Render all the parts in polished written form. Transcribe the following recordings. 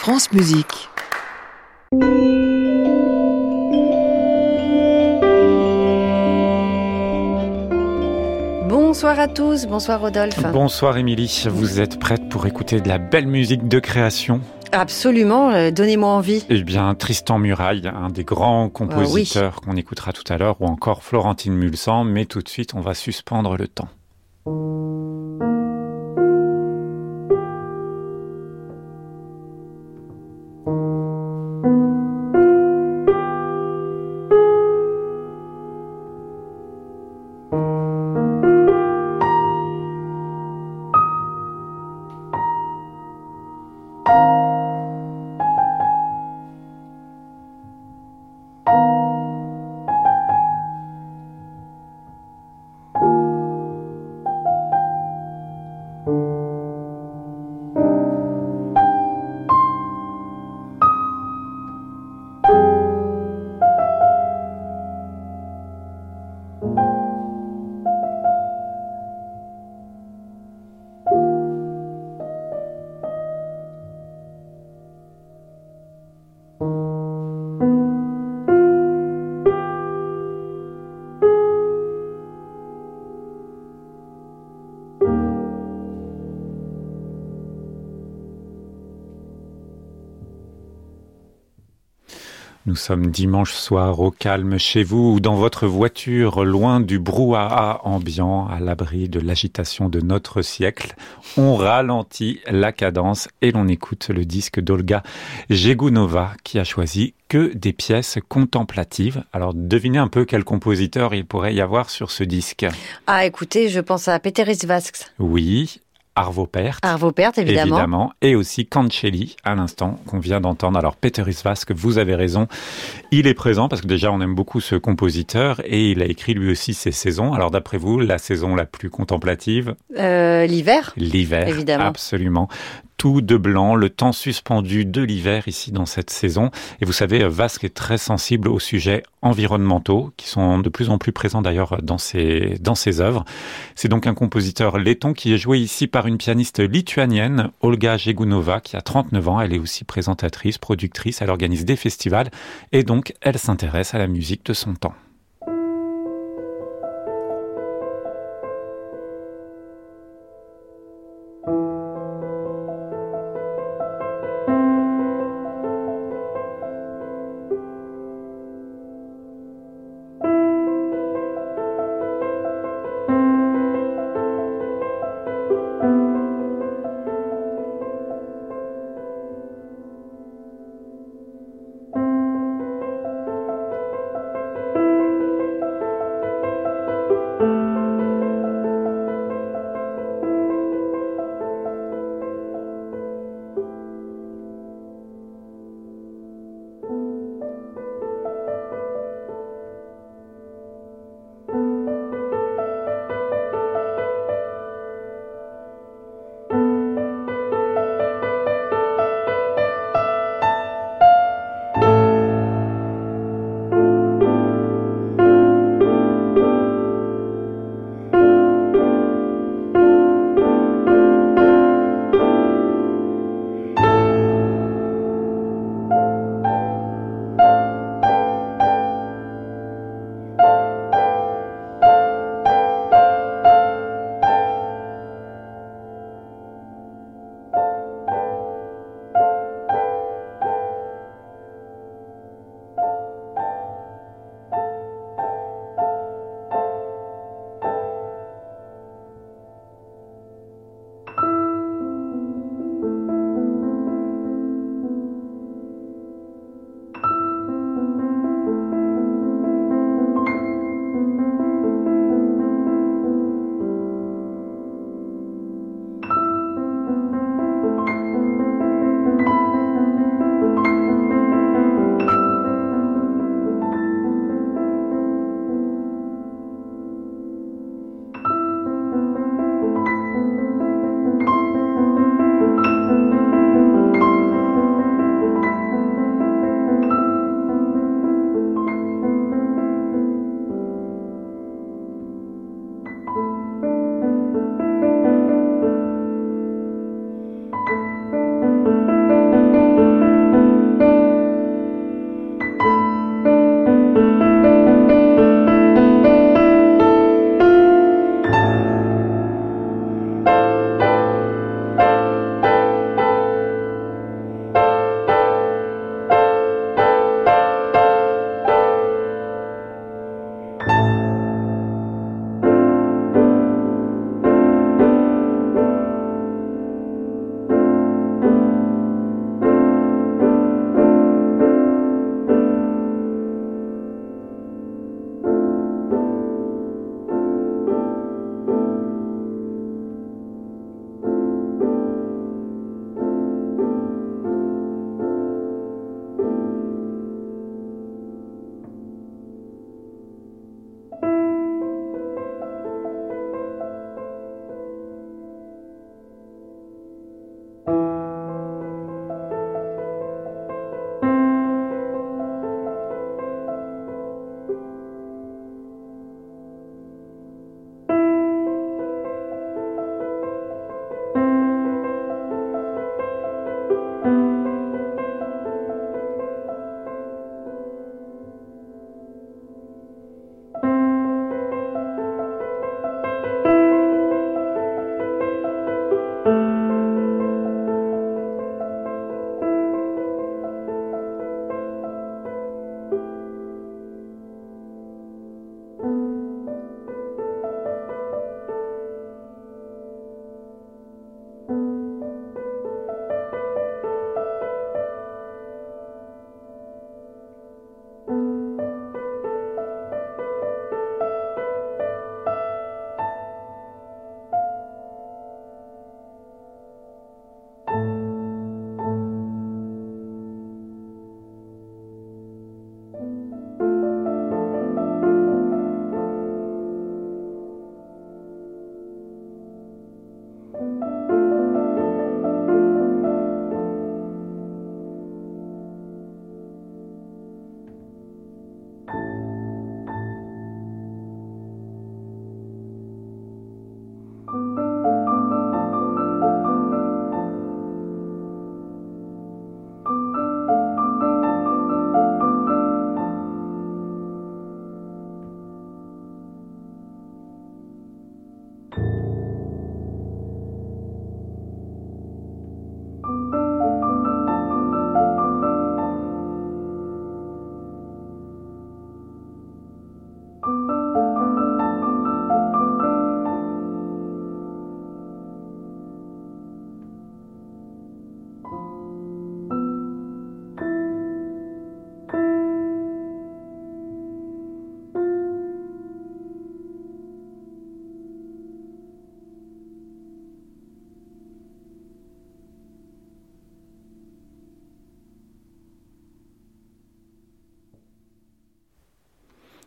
France Musique. Bonsoir à tous, bonsoir Rodolphe. Bonsoir Émilie, vous êtes prête pour écouter de la belle musique de création ? Absolument, donnez-moi envie. Eh bien, Tristan Murail, un des grands compositeurs qu'on écoutera tout à l'heure, ou encore Florentine Mulsan, mais tout de suite, on va suspendre le temps. Nous sommes dimanche soir au calme chez vous ou dans votre voiture, loin du brouhaha ambiant, à l'abri de l'agitation de notre siècle. On ralentit la cadence et l'on écoute le disque d'Olga Jegounova qui a choisi que des pièces contemplatives. Alors devinez un peu quel compositeur il pourrait y avoir sur ce disque. Ah écoutez, je pense à Péteris Vasks. Oui. Arvo Pärt, évidemment, et aussi Cancelli, à l'instant, qu'on vient d'entendre. Alors, Péteris Vasks, vous avez raison, il est présent, parce que déjà, on aime beaucoup ce compositeur, et il a écrit lui aussi ses saisons. Alors, d'après vous, la saison la plus contemplative ? L'hiver. L'hiver, évidemment. Absolument. Tout de blanc, le temps suspendu de l'hiver ici dans cette saison. Et vous savez, Vasks est très sensible aux sujets environnementaux, qui sont de plus en plus présents d'ailleurs dans ses œuvres. C'est donc un compositeur letton qui est joué ici par une pianiste lituanienne, Olga Jegounova, qui a 39 ans. Elle est aussi présentatrice, productrice, elle organise des festivals et donc elle s'intéresse à la musique de son temps.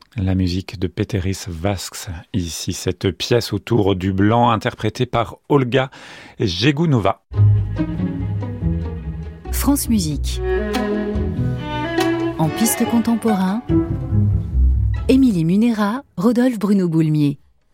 La musique de Péteris Vasks, ici cette pièce autour du blanc interprétée par Olga Jegounova. France Musique. En piste contemporain, Émilie Munera, Rodolphe Bruno-Boulmier.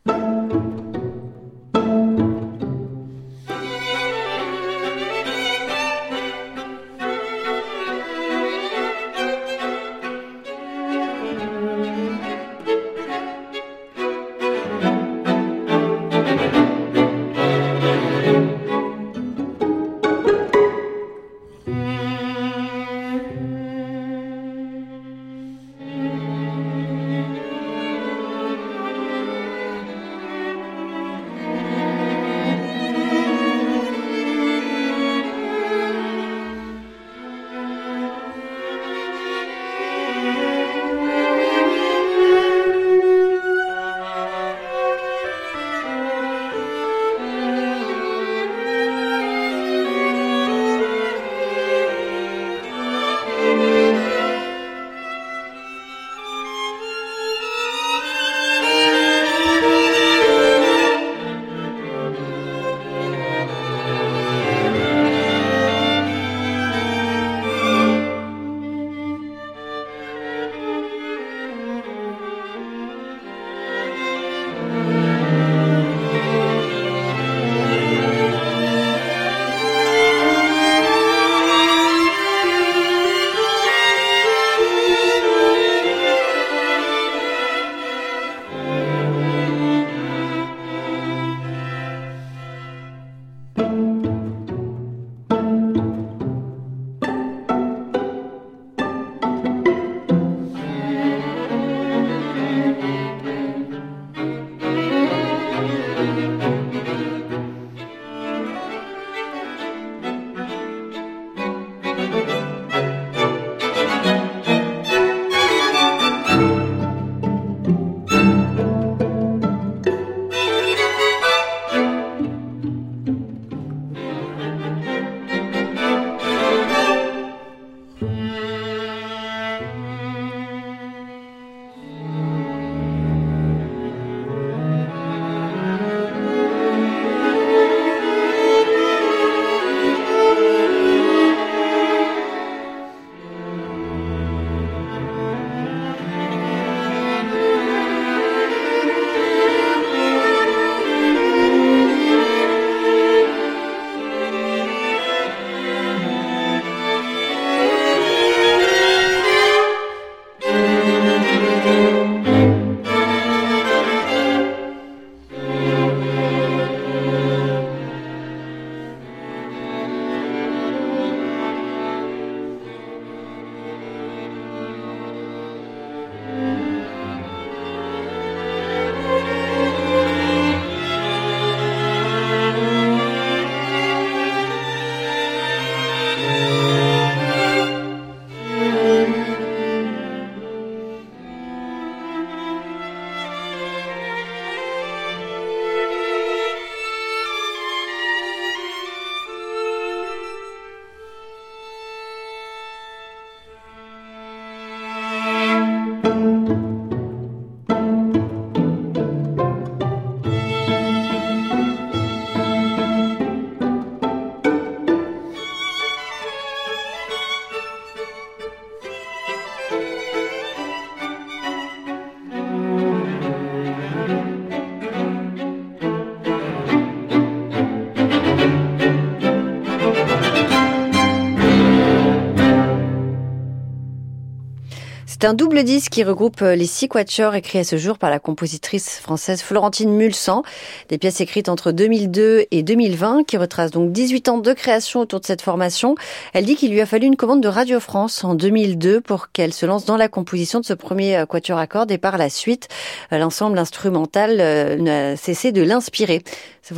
C'est un double disque qui regroupe les 6 quatuors écrits à ce jour par la compositrice française Florentine Mulsan. Des pièces écrites entre 2002 et 2020 qui retracent donc 18 ans de création autour de cette formation. Elle dit qu'il lui a fallu une commande de Radio France en 2002 pour qu'elle se lance dans la composition de ce premier quatuor à cordes et par la suite, l'ensemble instrumental n'a cessé de l'inspirer. Ça vous est arrivé ça ?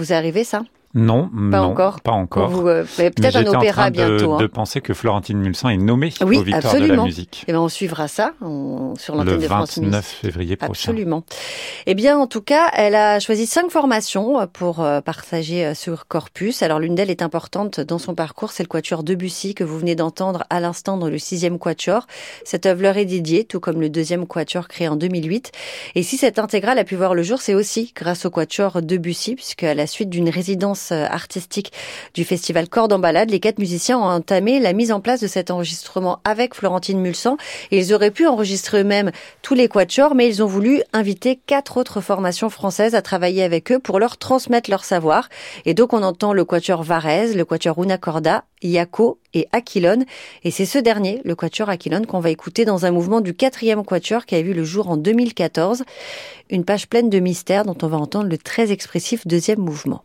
Non, Pas non, encore. pas encore. Vous, peut-être un opéra bientôt. De penser que Florentine Mulsan est nommée oui, aux Victoires absolument. de la musique. Et ben on suivra ça sur l'antenne de France Musique. Le 29 février prochain. Absolument. Eh bien, en tout cas, elle a choisi 5 formations pour partager ce corpus. Alors, l'une d'elles est importante dans son parcours, c'est le quatuor Debussy que vous venez d'entendre à l'instant dans le 6e quatuor. Cette œuvre leur est dédiée, tout comme le 2e quatuor créé en 2008. Et si cette intégrale a pu voir le jour, c'est aussi grâce au quatuor Debussy, puisque à la suite d'une résidence artistique du festival Cordes en Balade, les 4 musiciens ont entamé la mise en place de cet enregistrement avec Florentine Mulsan. Et ils auraient pu enregistrer eux-mêmes tous les quatuors, mais ils ont voulu inviter 4 autres formations françaises à travailler avec eux pour leur transmettre leur savoir. Et donc on entend le quatuor Varese, le quatuor Una Corda, Iaco et Aquilone. Et c'est ce dernier, le quatuor Aquilone, qu'on va écouter dans un mouvement du 4e quatuor qui a vu le jour en 2014. Une page pleine de mystères dont on va entendre le très expressif 2e mouvement.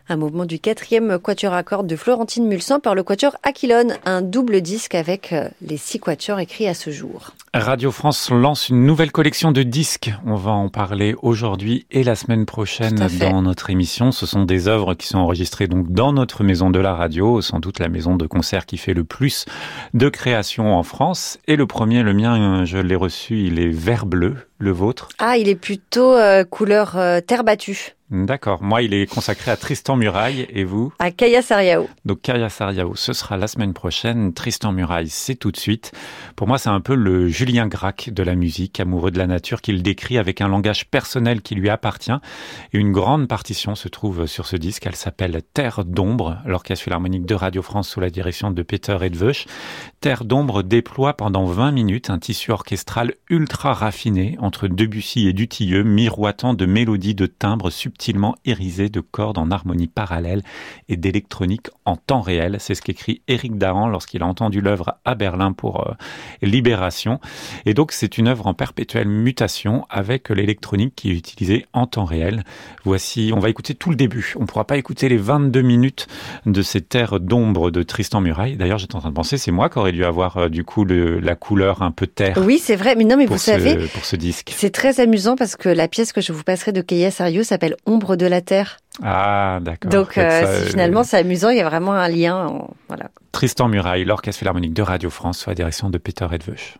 Un mouvement du 4e quatuor à cordes de Florentine Mulsan par le quatuor Aquilone, un double disque avec les 6 quatuors écrits à ce jour. Radio France lance une nouvelle collection de disques. On va en parler aujourd'hui et la semaine prochaine dans notre émission. Ce sont des œuvres qui sont enregistrées donc dans notre maison de la radio, sans doute la maison de concert qui fait le plus de créations en France. Et le premier, le mien, je l'ai reçu, il est vert bleu. Le vôtre? Ah, il est plutôt couleur terre battue. D'accord. Moi, il est consacré à Tristan Murail et vous? À Kaya Sariao. Donc Kaya Sariao, ce sera la semaine prochaine. Tristan Murail, c'est tout de suite. Pour moi, c'est un peu le Julien Gracq de la musique, amoureux de la nature, qu'il décrit avec un langage personnel qui lui appartient. Et une grande partition se trouve sur ce disque. Elle s'appelle Terre d'ombre, l'orchestre philharmonique de Radio France sous la direction de Peter Edveuch. Terre d'ombre déploie pendant 20 minutes un tissu orchestral ultra raffiné entre Debussy et Dutilleux, miroitant de mélodies de timbres subtilement irisées, de cordes en harmonie parallèle et d'électronique en temps réel. C'est ce qu'écrit Éric Dahan lorsqu'il a entendu l'œuvre à Berlin pour Libération. Et donc c'est une œuvre en perpétuelle mutation avec l'électronique qui est utilisée en temps réel. Voici, on va écouter tout le début. On ne pourra pas écouter les 22 minutes de ces terres d'ombre de Tristan Murail. D'ailleurs, j'étais en train de penser, c'est moi qui aurais dû avoir du coup la couleur un peu terre. Oui, c'est vrai. Mais non, mais vous savez, pour ce disque. C'est très amusant parce que la pièce que je vous passerai de Kaya Sariao s'appelle Ombre de la Terre. Ah, d'accord. Donc finalement, c'est amusant. Il y a vraiment un lien. Voilà. Tristan Murail, l'orchestre philharmonique de Radio France sous la direction de Peter Edveuch.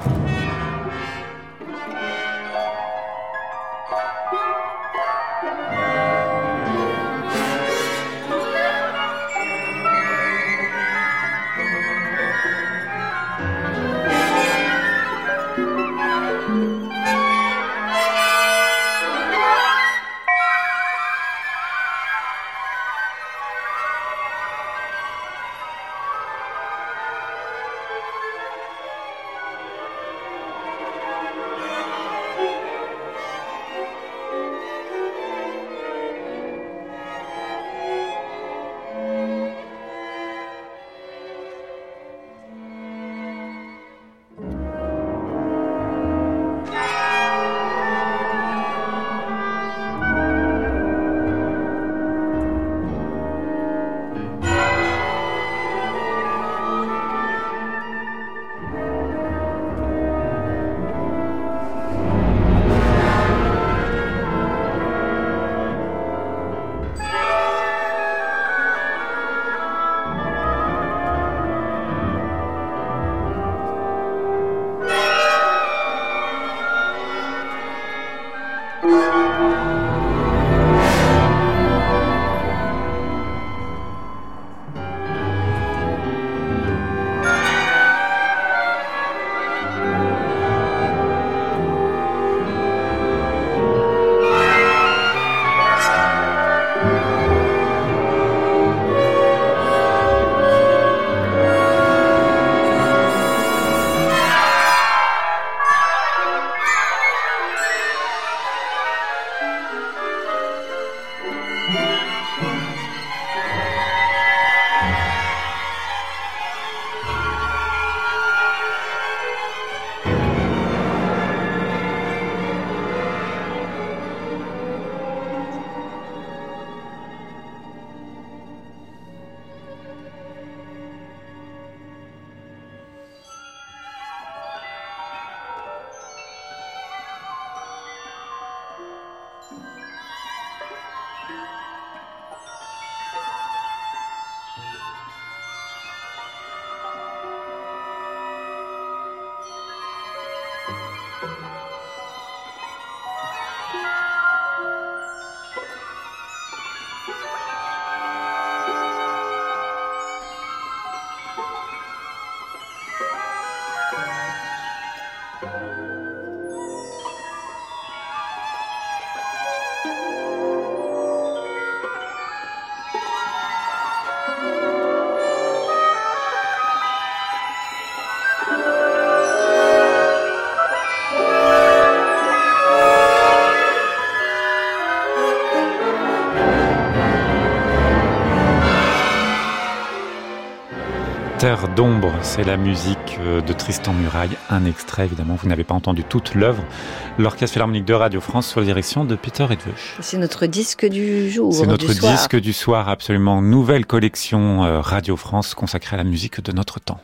Terre d'ombre, c'est la musique de Tristan Muraille, un extrait évidemment, vous n'avez pas entendu toute l'œuvre. L'Orchestre Philharmonique de Radio France sous la direction de Peter Edwösch. C'est notre disque du jour. C'est notre disque du soir, absolument. Nouvelle collection Radio France consacrée à la musique de notre temps.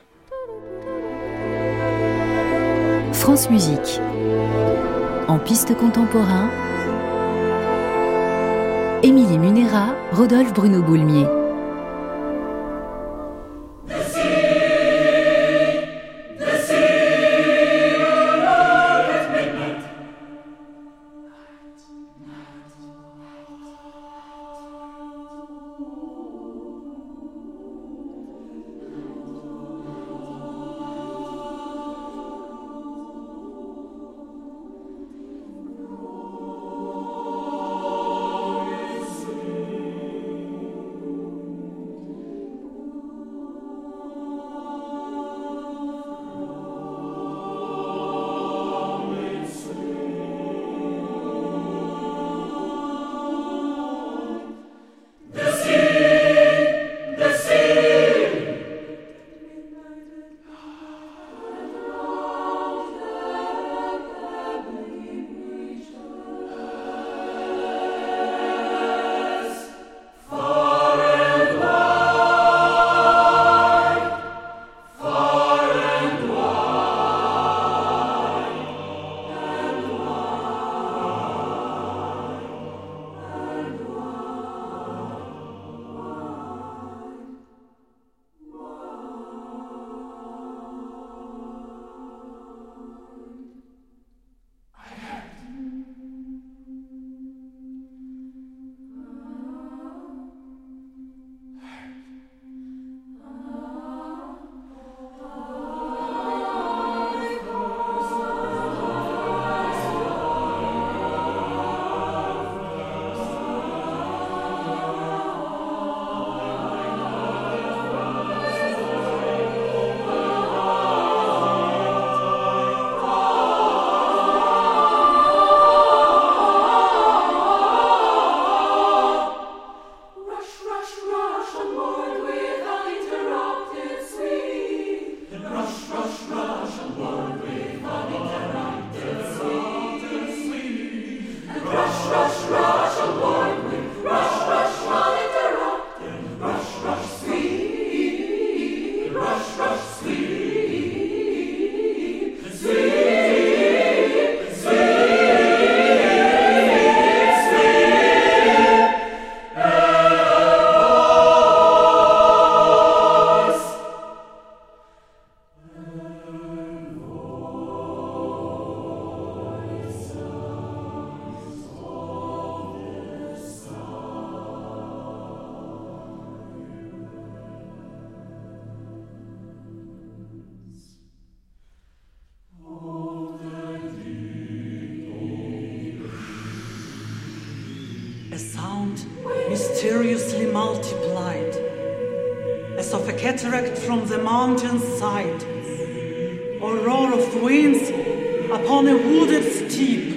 France Musique. En piste contemporain, Émilie Munera, Rodolphe Bruno-Boulmier. mind, mysteriously multiplied, as of a cataract from the mountain's side, or roar of winds upon a wooded steep.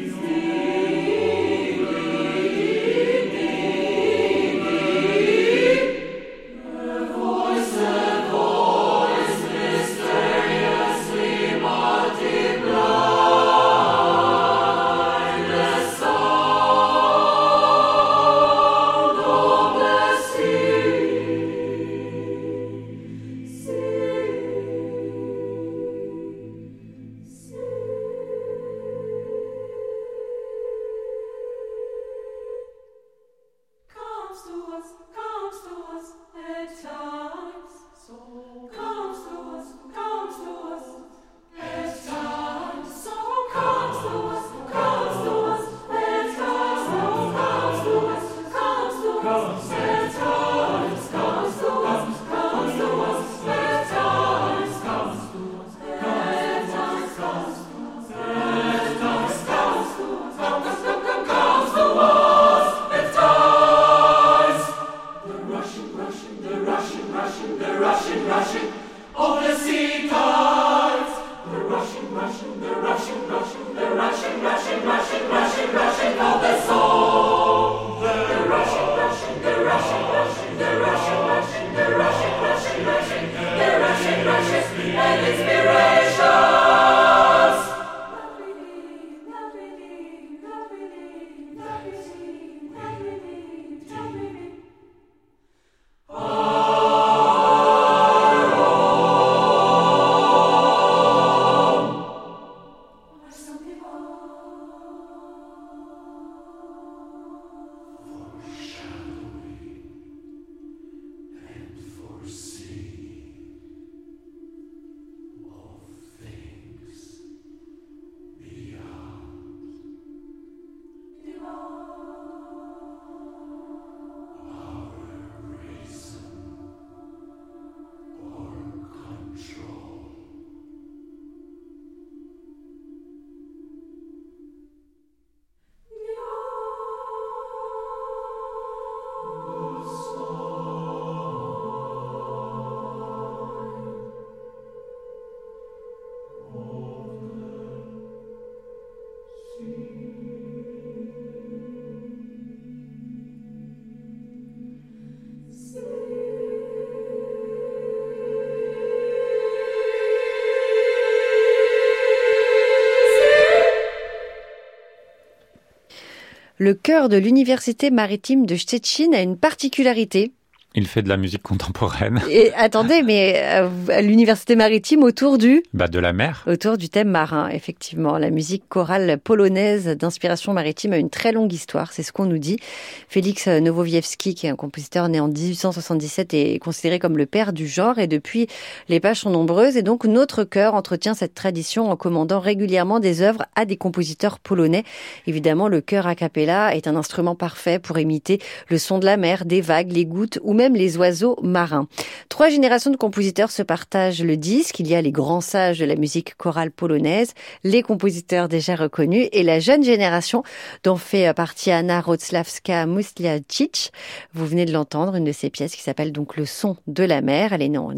Le chœur de l'université maritime de Szczecin a une particularité. Il fait de la musique contemporaine. Et attendez, mais à l'université maritime autour du... De la mer. Autour du thème marin, effectivement. La musique chorale polonaise d'inspiration maritime a une très longue histoire, c'est ce qu'on nous dit. Félix Nowowiejski, qui est un compositeur né en 1877, est considéré comme le père du genre. Et depuis, les pages sont nombreuses. Et donc, notre chœur entretient cette tradition en commandant régulièrement des œuvres à des compositeurs polonais. Évidemment, le chœur a cappella est un instrument parfait pour imiter le son de la mer, des vagues, les gouttes ou même les oiseaux marins. 3 générations de compositeurs se partagent le disque. Il y a les grands sages de la musique chorale polonaise, les compositeurs déjà reconnus et la jeune génération dont fait partie Anna Wrocławska-Muślicic. Vous venez de l'entendre, une de ses pièces qui s'appelle donc Le son de la mer. Elle est née en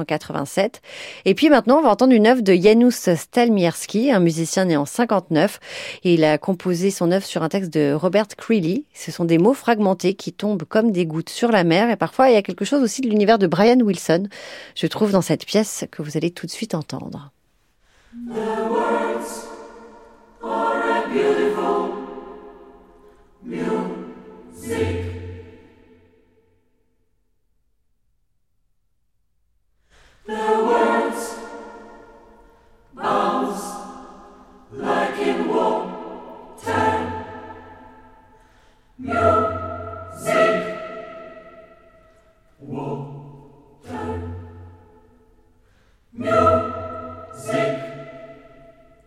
1987. Et puis maintenant, on va entendre une œuvre de Janusz Stalmierski, un musicien né en 59. Et il a composé son œuvre sur un texte de Robert Creeley. Ce sont des mots fragmentés qui tombent comme des gouttes sur la mer et parfois il y a quelque chose aussi de l'univers de Brian Wilson, je trouve, dans cette pièce que vous allez tout de suite entendre. The words are a beautiful music. The words bounce like in water. Music. Water, music,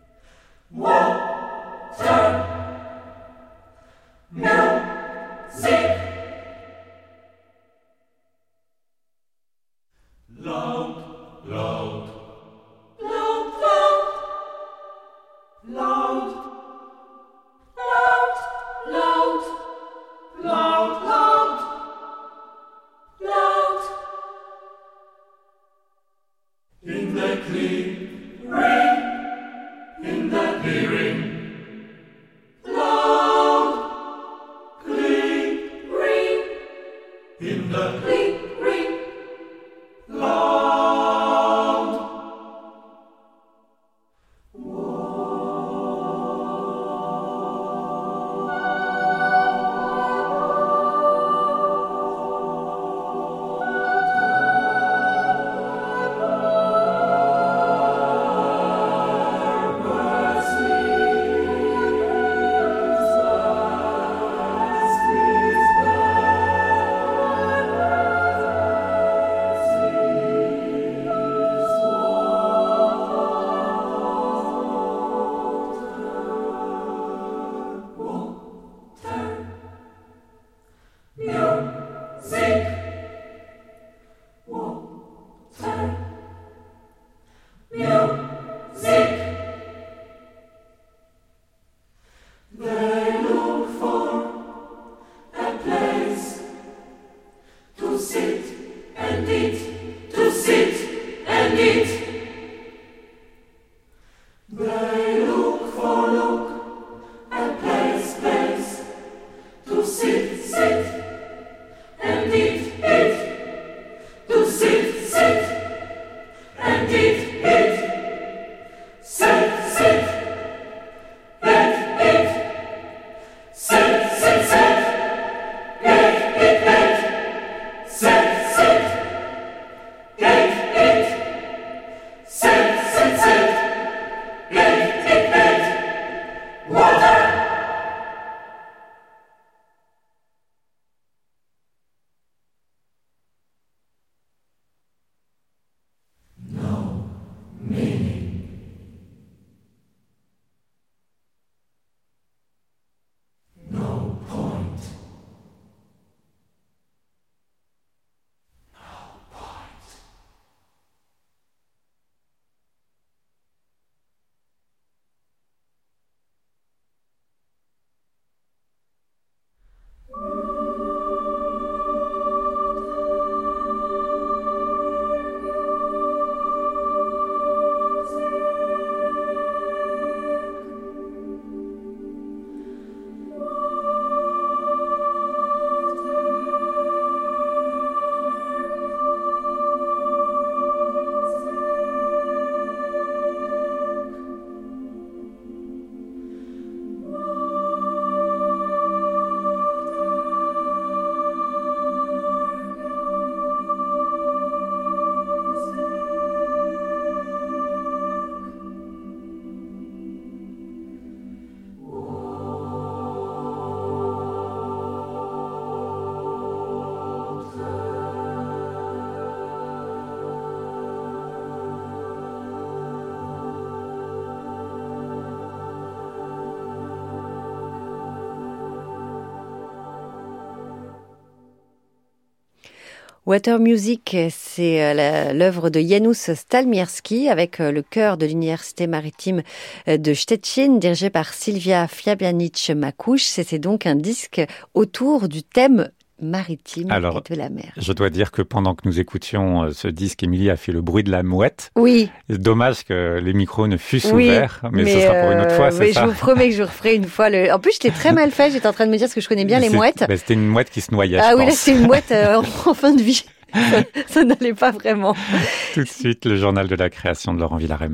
Water Music, c'est l'œuvre de Janusz Stalmierski avec le chœur de l'Université maritime de Szczecin, dirigé par Silvia Fabianic-Makouche. C'est donc un disque autour du thème maritime et de la mer. Je dois dire que pendant que nous écoutions ce disque, Émilie a fait le bruit de la mouette. Oui. Dommage que les micros ne fussent ouverts, mais ce sera pour une autre fois, c'est ça? Je vous promets que je referai une fois le... En plus, j'étais très mal fait, j'étais en train de me dire que je connais bien les mouettes. C'était une mouette qui se noyait, je pense. Ah oui, là, c'est une mouette en fin de vie. Ça n'allait pas vraiment. Tout de suite, le journal de la création de Laurent Villarem.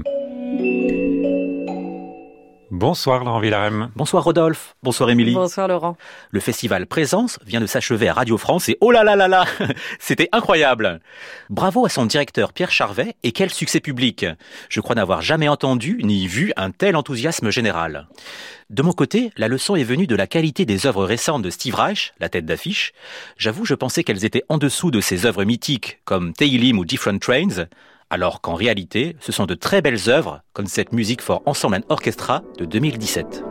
Bonsoir Laurent Villarem. Bonsoir Rodolphe. Bonsoir Émilie. Bonsoir Laurent. Le festival Présence vient de s'achever à Radio France et oh là là là là, c'était incroyable. Bravo à son directeur Pierre Charvet et quel succès public. Je crois n'avoir jamais entendu ni vu un tel enthousiasme général. De mon côté, la leçon est venue de la qualité des œuvres récentes de Steve Reich, la tête d'affiche. J'avoue, je pensais qu'elles étaient en dessous de ses œuvres mythiques comme Teilim ou Different Trains, alors qu'en réalité, ce sont de très belles œuvres, comme cette Music for Ensemble and Orchestra de 2017.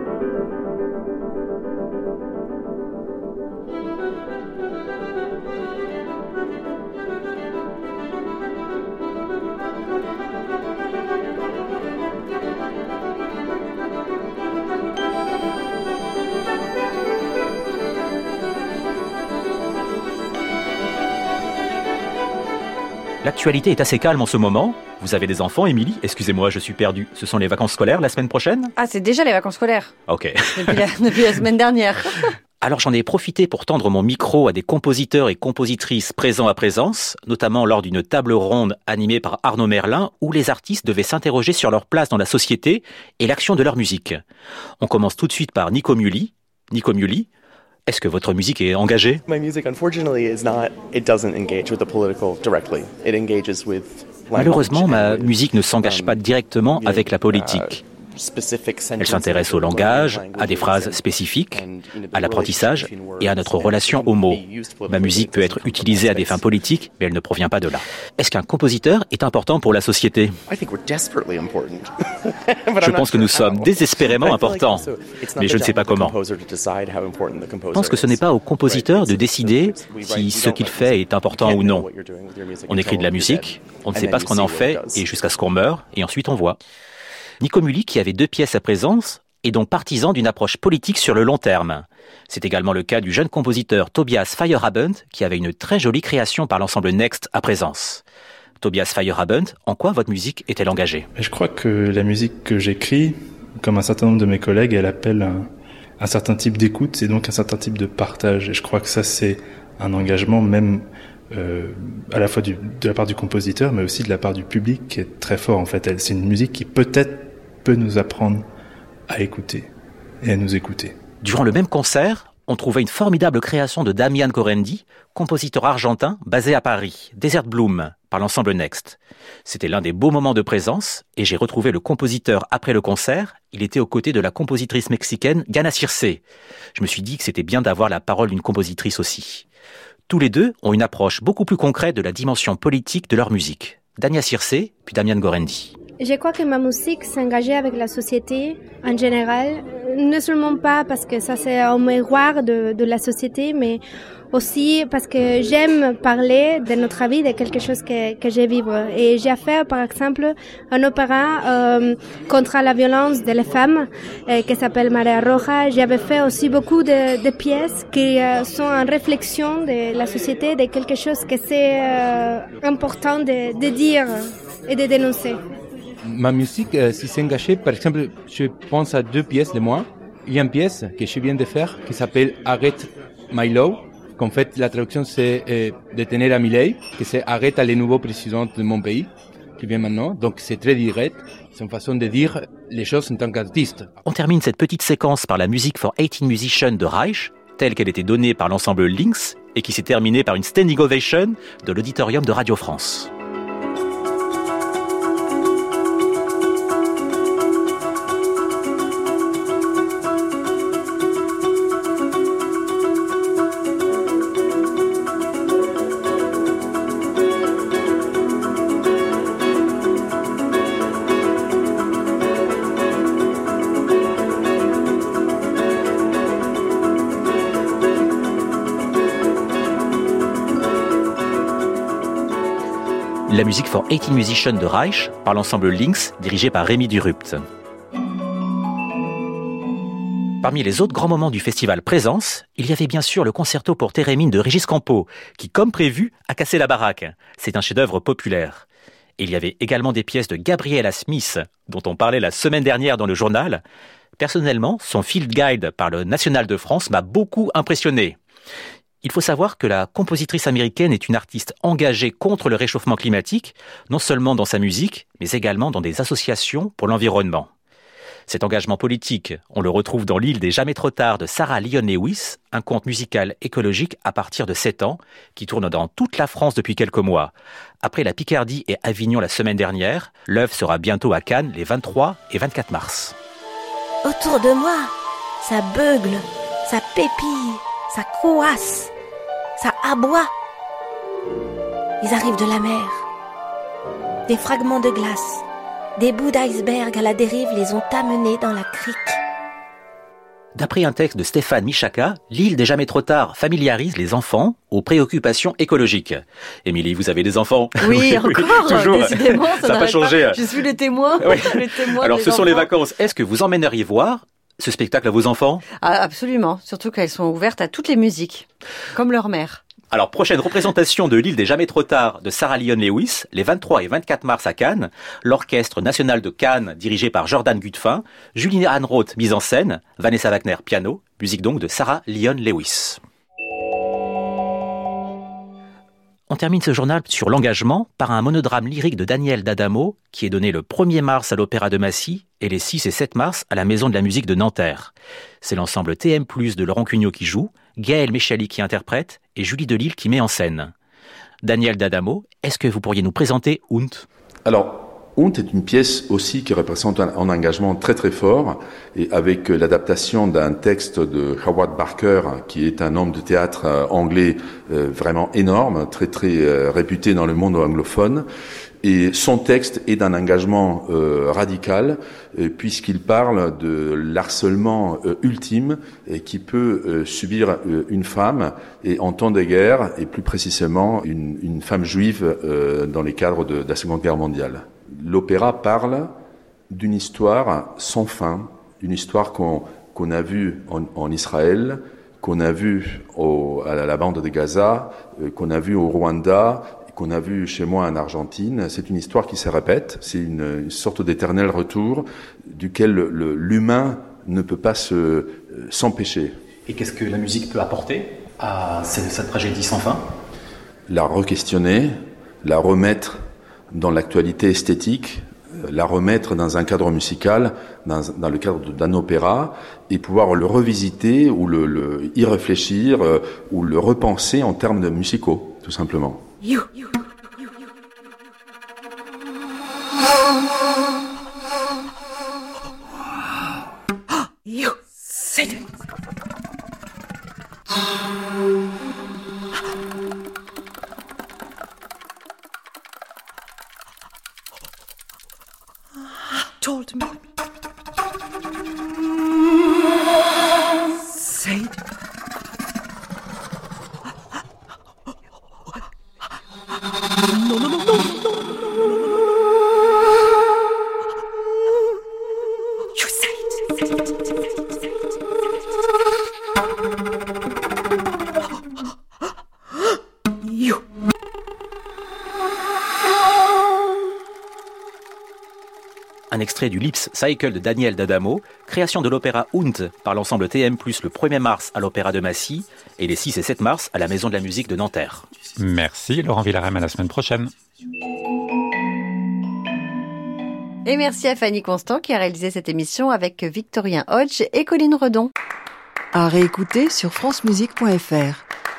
L'actualité est assez calme en ce moment. Vous avez des enfants, Émilie? Excusez-moi, je suis perdu. Ce sont les vacances scolaires la semaine prochaine? Ah, c'est déjà les vacances scolaires. Ok. Depuis la semaine dernière. Alors j'en ai profité pour tendre mon micro à des compositeurs et compositrices présents à Présence, notamment lors d'une table ronde animée par Arnaud Merlin, où les artistes devaient s'interroger sur leur place dans la société et l'action de leur musique. On commence tout de suite par Nico Mully. Nico Mully, est-ce que votre musique est engagée? Malheureusement, ma musique ne s'engage pas directement avec la politique. Elle s'intéresse au langage, à des phrases spécifiques, à l'apprentissage et à notre relation aux mots. Ma musique peut être utilisée à des fins politiques, mais elle ne provient pas de là. Est-ce qu'un compositeur est important pour la société? Je pense que nous sommes désespérément importants, mais je ne sais pas comment. Je pense que ce n'est pas au compositeur de décider si ce qu'il fait est important ou non. On écrit de la musique, on ne sait pas ce qu'on en fait, et jusqu'à ce qu'on meure, et ensuite on voit. Nico Mully, qui avait 2 pièces à Présence, est donc partisan d'une approche politique sur le long terme. C'est également le cas du jeune compositeur Tobias Feyerabend, qui avait une très jolie création par l'ensemble Next à Présence. Tobias Feyerabend, en quoi votre musique est-elle engagée? Je crois que la musique que j'écris, comme un certain nombre de mes collègues, elle appelle un certain type d'écoute et donc un certain type de partage. Et je crois que ça, c'est un engagement même à la fois de la part du compositeur, mais aussi de la part du public, qui est très fort en fait. C'est une musique qui peut-être peut nous apprendre à écouter et à nous écouter. Durant le même concert, on trouvait une formidable création de Damian Corendi, compositeur argentin basé à Paris, Desert Bloom, par l'ensemble Next. C'était l'un des beaux moments de Présence et j'ai retrouvé le compositeur après le concert. Il était aux côtés de la compositrice mexicaine Gana Circe. Je me suis dit que c'était bien d'avoir la parole d'une compositrice aussi. Tous les deux ont une approche beaucoup plus concrète de la dimension politique de leur musique. Dania Circe, puis Damian Gorendi. Je crois que ma musique s'engageait avec la société en général, non seulement pas parce que ça c'est un miroir de la société, mais aussi parce que j'aime parler de notre vie, de quelque chose que je vis. Et j'ai fait par exemple un opéra contre la violence des femmes qui s'appelle Marea Roja. J'avais fait aussi beaucoup de pièces qui sont en réflexion de la société, de quelque chose que c'est important de dire et de dénoncer. Ma musique, si c'est engagé, par exemple, je pense à 2 pièces de moi. Il y a une pièce que je viens de faire qui s'appelle Arrête My Love. En fait, la traduction c'est Détenir à Milei, que c'est Arrête le nouveau président de mon pays, qui vient maintenant. Donc c'est très direct, c'est une façon de dire les choses en tant qu'artiste. On termine cette petite séquence par la Music for 18 Musicians de Reich, telle qu'elle était donnée par l'ensemble Lynx, et qui s'est terminée par une standing ovation de l'auditorium de Radio France. la musique for 18 Musicians de Reich par l'ensemble Lynx, dirigé par Rémi Durupt. Parmi les autres grands moments du festival Présence, il y avait bien sûr le concerto pour Thérémine de Régis Campo, qui, comme prévu, a cassé la baraque. C'est un chef-d'œuvre populaire. Et il y avait également des pièces de Gabriella Smith, dont on parlait la semaine dernière dans le journal. Personnellement, son field guide par le National de France m'a beaucoup impressionné. Il faut savoir que la compositrice américaine est une artiste engagée contre le réchauffement climatique, non seulement dans sa musique, mais également dans des associations pour l'environnement. Cet engagement politique, on le retrouve dans L'île des jamais trop tard de Sarah Lyon Lewis, un conte musical écologique à partir de 7 ans, qui tourne dans toute la France depuis quelques mois. Après la Picardie et Avignon la semaine dernière, l'œuvre sera bientôt à Cannes les 23 et 24 mars. Autour de moi, ça beugle, ça pépille, ça coasse, ça aboie. Ils arrivent de la mer. Des fragments de glace, des bouts d'iceberg à la dérive les ont amenés dans la crique. D'après un texte de Stéphane Michaka, l'île des jamais trop tard familiarise les enfants aux préoccupations écologiques. Émilie, vous avez des enfants? Oui, encore, toujours. Décidément, ça n'a pas changé. Je suis les témoins. Oui. Les témoins. Alors, ce sont enfants. les vacances. Est-ce que vous emmèneriez voir ce spectacle à vos enfants? Ah, absolument, surtout qu'elles sont ouvertes à toutes les musiques, comme leur mère. Alors, prochaine représentation de l'île des jamais trop tard de Sarah Lyon Lewis, les 23 et 24 mars à Cannes, l'Orchestre national de Cannes, dirigé par Jordan Gutfin, Julie Anne Roth, mise en scène, Vanessa Wagner, piano, musique donc de Sarah Lyon Lewis. On termine ce journal sur l'engagement par un monodrame lyrique de Daniel D'Adamo, qui est donné le 1er mars à l'Opéra de Massy et les 6 et 7 mars à la Maison de la musique de Nanterre. C'est l'ensemble TM+, de Laurent Cugnot qui joue, Gaël Méchali qui interprète et Julie Delisle qui met en scène. Daniel D'Adamo, est-ce que vous pourriez nous présenter Hunt? Alors, Hunt est une pièce aussi qui représente un engagement très très fort, et avec l'adaptation d'un texte de Howard Barker, qui est un homme de théâtre anglais vraiment énorme, très très réputé dans le monde anglophone. Et son texte est d'un engagement radical, puisqu'il parle de l'harcèlement ultime qui peut subir une femme, et en temps de guerre, et plus précisément une femme juive dans les cadres de la Seconde Guerre mondiale. L'opéra parle d'une histoire sans fin, une histoire qu'on a vue en Israël, qu'on a vue à la bande de Gaza, qu'on a vue au Rwanda, qu'on a vu chez moi en Argentine. C'est une histoire qui se répète, c'est une sorte d'éternel retour duquel l'humain ne peut pas s'empêcher. Et qu'est-ce que la musique peut apporter à cette tragédie sans fin? La re-questionner, la remettre dans l'actualité esthétique, la remettre dans un cadre musical, dans le cadre d'un opéra, et pouvoir le revisiter ou y réfléchir ou le repenser en termes de musicaux, tout simplement. You said it. Told me. Said. No. You said. You. Un extrait du Lips Cycle de Daniel D'Adamo, création de l'opéra Hunt par l'ensemble TM+, le 1er mars à l'Opéra de Massy et les 6 et 7 mars à la Maison de la musique de Nanterre. Merci Laurent Villarem, à la semaine prochaine. Et merci à Fanny Constant qui a réalisé cette émission avec Victorien Hodge et Colline Redon. À réécouter sur francemusique.fr.